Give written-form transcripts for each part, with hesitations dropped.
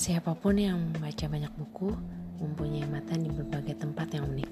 Siapapun yang membaca banyak buku mempunyai mata di berbagai tempat yang unik.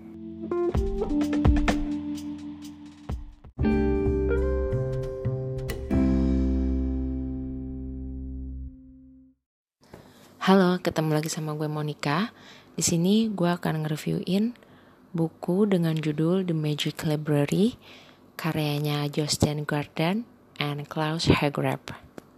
Halo, ketemu lagi sama gue Monica. Di sini gue akan nge-reviewin buku dengan judul The Magic Library, karyanya Jostein Gaarder and Klaus Hagerup.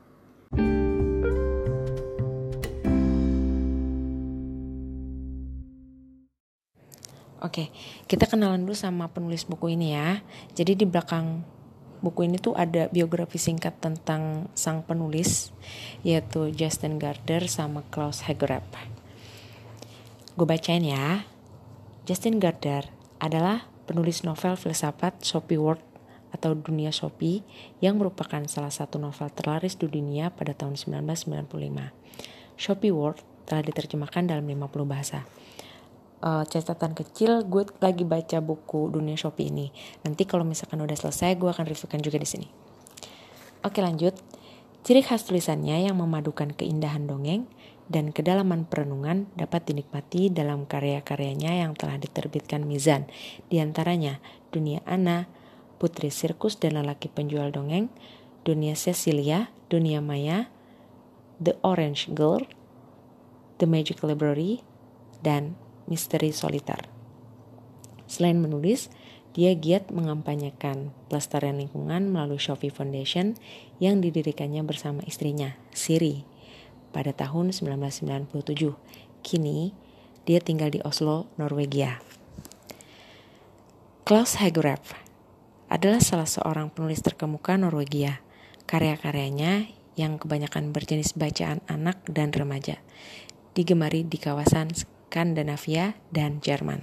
Oke, kita kenalan dulu sama penulis buku ini ya. Jadi di belakang buku ini tuh ada biografi singkat tentang sang penulis, yaitu Jostein Gaarder sama Klaus Hagerup. Gue bacain ya. Jostein Gaarder adalah penulis novel filsafat Sophie World atau Dunia Sophie yang merupakan salah satu novel terlaris di dunia pada tahun 1995. Sophie World telah diterjemahkan dalam 50 bahasa. Catatan kecil, gue lagi baca buku Dunia Sophie ini. Nanti kalau misalkan udah selesai, gue akan reviewkan juga di sini. Oke, lanjut. Ciri khas tulisannya yang memadukan keindahan dongeng dan kedalaman perenungan dapat dinikmati dalam karya-karyanya yang telah diterbitkan Mizan. Di antaranya Dunia Ana, Putri Sirkus dan Lelaki Penjual Dongeng, Dunia Cecilia, Dunia Maya, The Orange Girl, The Magic Library, dan Misteri Solitar. Selain menulis, dia giat mengampanyekan pelestarian lingkungan melalui Sophie Foundation yang didirikannya bersama istrinya, Siri, pada tahun 1997. Kini, dia tinggal di Oslo, Norwegia. Klaus Hagerup adalah salah seorang penulis terkemuka Norwegia. Karya-karyanya yang kebanyakan berjenis bacaan anak dan remaja, digemari di kawasan Skandinavia dan Jerman.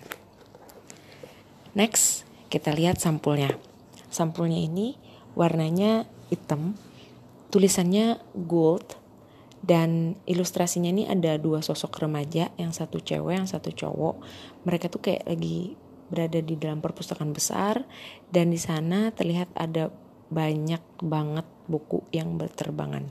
Next, kita lihat sampulnya. Sampulnya ini warnanya hitam, tulisannya gold, dan ilustrasinya ini ada dua sosok remaja, yang satu cewek, yang satu cowok. Mereka tuh kayak lagi berada di dalam perpustakaan besar, dan di sana terlihat ada banyak banget buku yang berterbangan.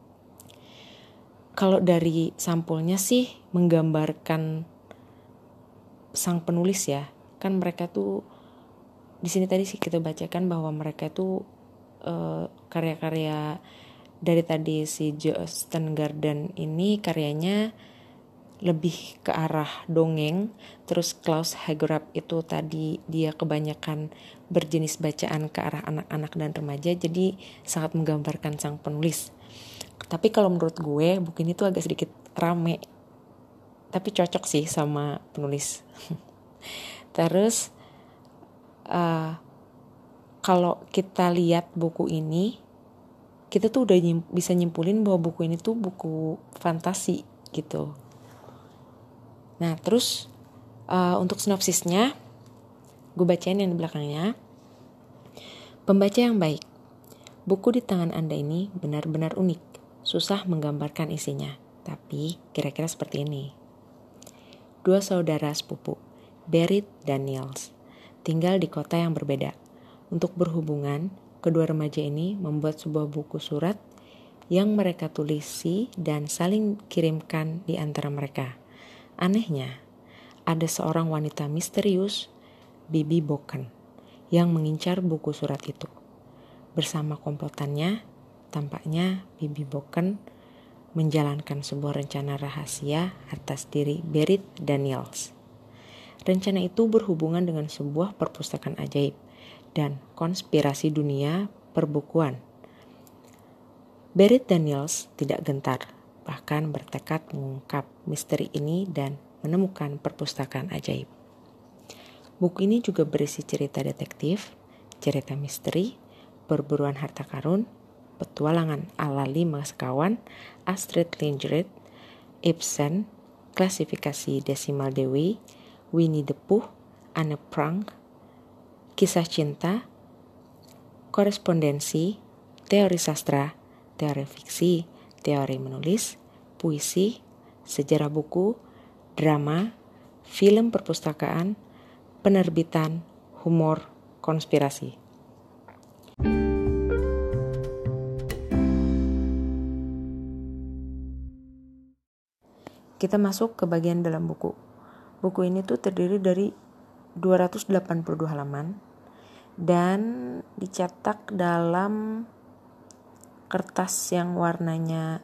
Kalau dari sampulnya sih menggambarkan sang penulis ya, kan mereka tuh di sini tadi sih kita bacakan bahwa mereka tuh karya-karya dari tadi si Jostein Gaarder ini karyanya lebih ke arah dongeng, terus Klaus Hagerup itu tadi dia kebanyakan berjenis bacaan ke arah anak-anak dan remaja, jadi sangat menggambarkan sang penulis. Tapi kalau menurut gue buku ini tuh agak sedikit rame, tapi cocok sih sama penulis. Terus kalau kita lihat buku ini, kita tuh udah bisa nyimpulin bahwa buku ini tuh buku fantasi gitu. Nah terus untuk sinopsisnya, gue bacain yang di belakangnya. Pembaca yang baik, buku di tangan Anda ini benar-benar unik. Susah menggambarkan isinya, tapi kira-kira seperti ini. Dua saudara sepupu, Berit dan Niels, tinggal di kota yang berbeda. Untuk berhubungan, kedua remaja ini membuat sebuah buku surat yang mereka tulisi dan saling kirimkan di antara mereka. Anehnya, ada seorang wanita misterius, Bibi Boken, yang mengincar buku surat itu. Bersama komplotannya, tampaknya Bibi Boken menjalankan sebuah rencana rahasia atas diri Berit dan Niels. Rencana itu berhubungan dengan sebuah perpustakaan ajaib dan konspirasi dunia perbukuan. Berit dan Niels tidak gentar, bahkan bertekad mengungkap misteri ini dan menemukan perpustakaan ajaib. Buku ini juga berisi cerita detektif, cerita misteri, perburuan harta karun, petualangan ala 5 sekawan, Astrid Lindgren, Ibsen, klasifikasi desimal Dewey, Winnie the Pooh, Anne Frank, kisah cinta, korespondensi, teori sastra, teori fiksi, teori menulis, puisi, sejarah buku, drama, film perpustakaan, penerbitan, humor, konspirasi. kita masuk ke bagian dalam buku. Buku ini tuh terdiri dari 282 halaman dan dicetak dalam kertas yang warnanya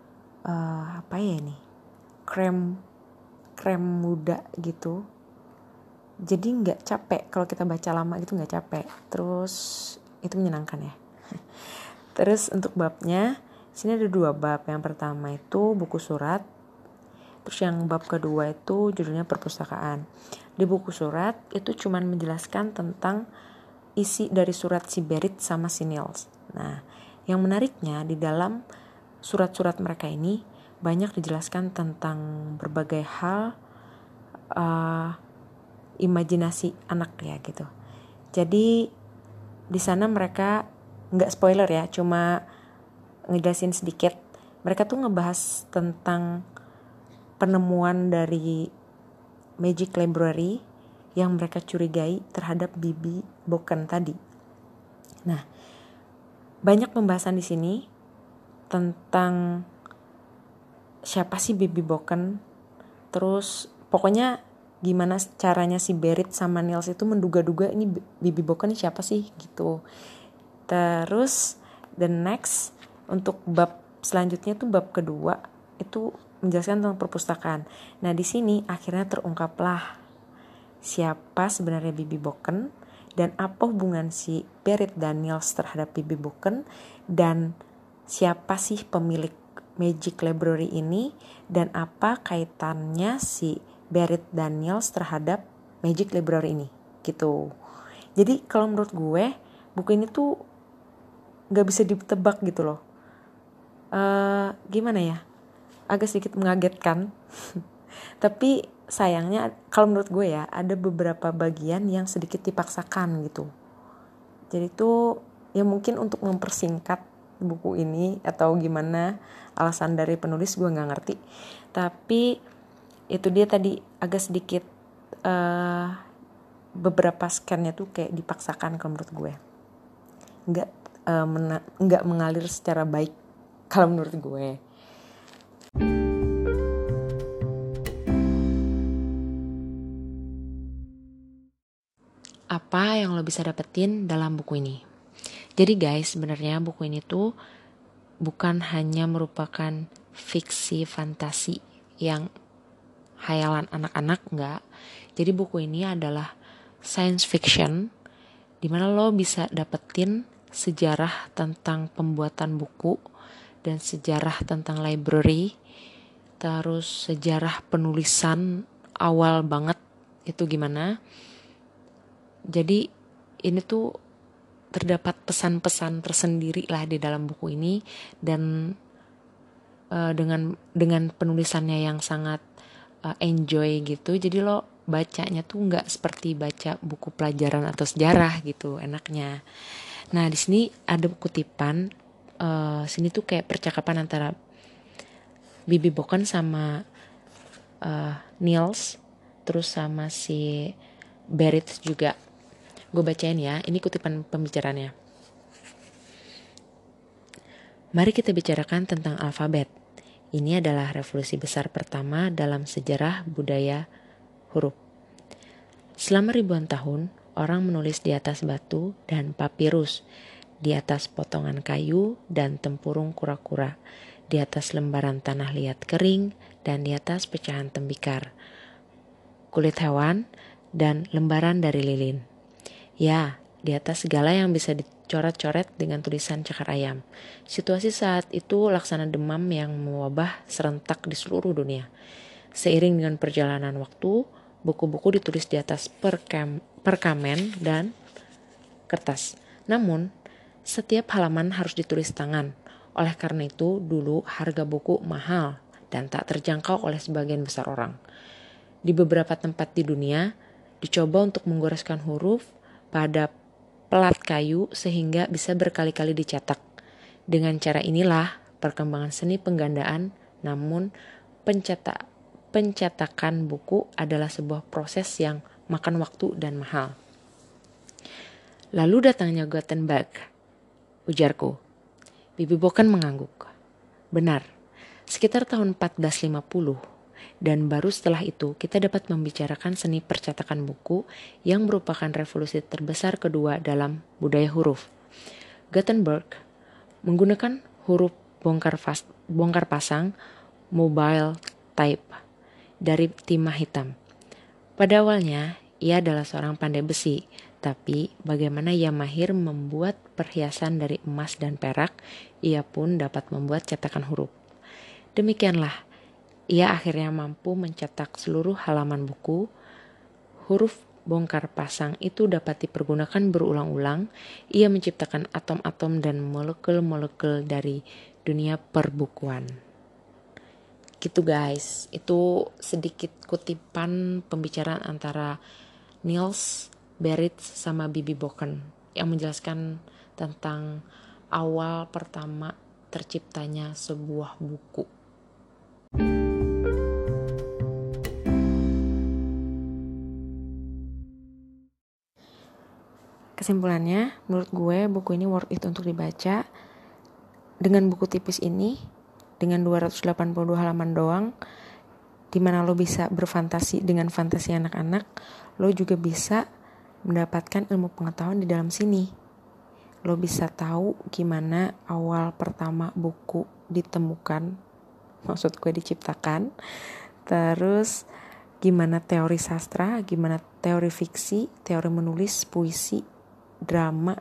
krem muda gitu. Jadi nggak capek kalau kita baca lama gitu, nggak capek. Terus itu menyenangkan ya. Terus untuk babnya, sini ada 2 bab. Yang pertama itu buku surat. Terus yang bab kedua itu judulnya perpustakaan. Di buku surat itu cuman menjelaskan tentang isi dari surat si Berit sama si Niels. Nah, yang menariknya di dalam surat-surat mereka ini banyak dijelaskan tentang berbagai hal imajinasi anak ya gitu. Jadi di sana mereka nggak spoiler ya, cuma ngejelasin sedikit. Mereka tuh ngebahas tentang penemuan dari Magic Library yang mereka curigai terhadap Bibi Boken tadi. Nah, banyak pembahasan di sini tentang siapa sih Bibi Boken, terus pokoknya gimana caranya si Berit sama Niels itu menduga-duga ini Bibi Boken siapa sih gitu. Terus the next untuk bab selanjutnya tuh bab kedua itu menjelaskan tentang perpustakaan. Nah di sini akhirnya terungkaplah siapa sebenarnya Bibi Boken dan apa hubungan si Berit dan Niels terhadap Bibi Boken dan siapa sih pemilik Magic Library ini dan apa kaitannya si Berit dan Niels terhadap Magic Library ini gitu. Jadi kalau menurut gue buku ini tuh gak bisa ditebak gitu loh. Gimana ya, agak sedikit mengagetkan. Tapi sayangnya kalau menurut gue ya ada beberapa bagian yang sedikit dipaksakan gitu. Jadi tuh ya mungkin untuk mempersingkat buku ini atau gimana alasan dari penulis gue gak ngerti. Tapi itu dia tadi agak sedikit beberapa scan-nya tuh kayak dipaksakan kalau menurut gue. Nggak mengalir secara baik kalau menurut gue. Apa yang lo bisa dapetin dalam buku ini? Jadi guys, sebenarnya buku ini tuh bukan hanya merupakan fiksi fantasi yang hayalan anak-anak, enggak. Jadi buku ini adalah science fiction dimana lo bisa dapetin sejarah tentang pembuatan buku dan sejarah tentang library, terus sejarah penulisan awal banget itu gimana. Jadi ini tuh terdapat pesan-pesan tersendiri lah di dalam buku ini dan dengan penulisannya yang sangat enjoy gitu. Jadi lo bacanya tuh nggak seperti baca buku pelajaran atau sejarah gitu enaknya. Nah di sini ada kutipan, sini tuh kayak percakapan antara Bibi Boken sama Niels, terus sama si Berit juga. Gue bacain ya, ini kutipan pembicaraannya. Mari kita bicarakan tentang alfabet. Ini adalah revolusi besar pertama dalam sejarah budaya huruf. Selama ribuan tahun, orang menulis di atas batu dan papirus, di atas potongan kayu dan tempurung kura-kura, di atas lembaran tanah liat kering, dan di atas pecahan tembikar, kulit hewan, dan lembaran dari lilin. Ya, di atas segala yang bisa dicoret-coret dengan tulisan cakar ayam. Situasi saat itu laksana demam yang mewabah serentak di seluruh dunia. Seiring dengan perjalanan waktu, buku-buku ditulis di atas perkamen dan kertas. Namun, setiap halaman harus ditulis tangan. Oleh karena itu, dulu harga buku mahal dan tak terjangkau oleh sebagian besar orang. Di beberapa tempat di dunia, dicoba untuk menggoreskan huruf pada pelat kayu sehingga bisa berkali-kali dicetak. Dengan cara inilah perkembangan seni penggandaan, namun pencetakan buku adalah sebuah proses yang makan waktu dan mahal. Lalu datangnya Gutenberg, ujarku. Bibi Boken mengangguk. Benar, sekitar tahun 1450, Dan baru setelah itu kita dapat membicarakan seni percetakan buku yang merupakan revolusi terbesar kedua dalam budaya huruf. Gutenberg menggunakan huruf bongkar pasang mobile type dari timah hitam. Pada awalnya, ia adalah seorang pandai besi, tapi bagaimana ia mahir membuat perhiasan dari emas dan perak, ia pun dapat membuat cetakan huruf. Demikianlah, ia akhirnya mampu mencetak seluruh halaman buku. Huruf bongkar pasang itu dapat dipergunakan berulang-ulang. Ia menciptakan atom-atom dan molekul-molekul dari dunia perbukuan. Gitu guys, itu sedikit kutipan pembicaraan antara Niels Beritz sama Bibi Boken yang menjelaskan tentang awal pertama terciptanya sebuah buku. Kesimpulannya, menurut gue buku ini worth it untuk dibaca. Dengan buku tipis ini, dengan 282 halaman doang, dimana lo bisa berfantasi dengan fantasi anak-anak, lo juga bisa mendapatkan ilmu pengetahuan di dalam sini. Lo bisa tahu gimana awal pertama buku ditemukan, maksud gue diciptakan, terus gimana teori sastra, gimana teori fiksi, teori menulis, puisi, drama,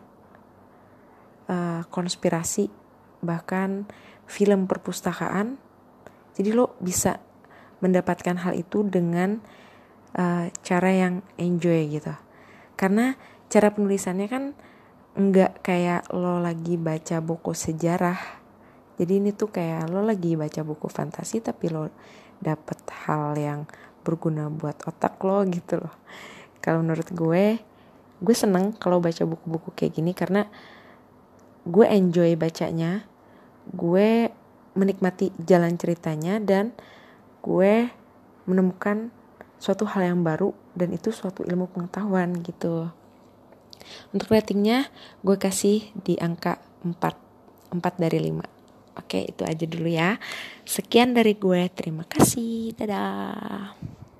konspirasi, bahkan film perpustakaan. Jadi lo bisa mendapatkan hal itu dengan cara yang enjoy gitu. Karena cara penulisannya kan enggak kayak lo lagi baca buku sejarah. Jadi ini tuh kayak lo lagi baca buku fantasi tapi lo dapet hal yang berguna buat otak lo gitu loh. Kalau menurut gue seneng kalau baca buku-buku kayak gini karena gue enjoy bacanya. Gue menikmati jalan ceritanya dan gue menemukan suatu hal yang baru dan itu suatu ilmu pengetahuan gitu. Untuk ratingnya gue kasih di angka 4 dari 5. Oke, itu aja dulu ya. Sekian dari gue, terima kasih, dadah.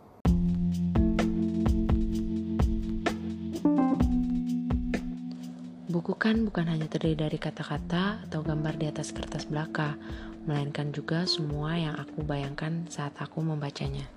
Buku kan bukan hanya terdiri dari kata-kata atau gambar di atas kertas belaka, melainkan juga semua yang aku bayangkan saat aku membacanya.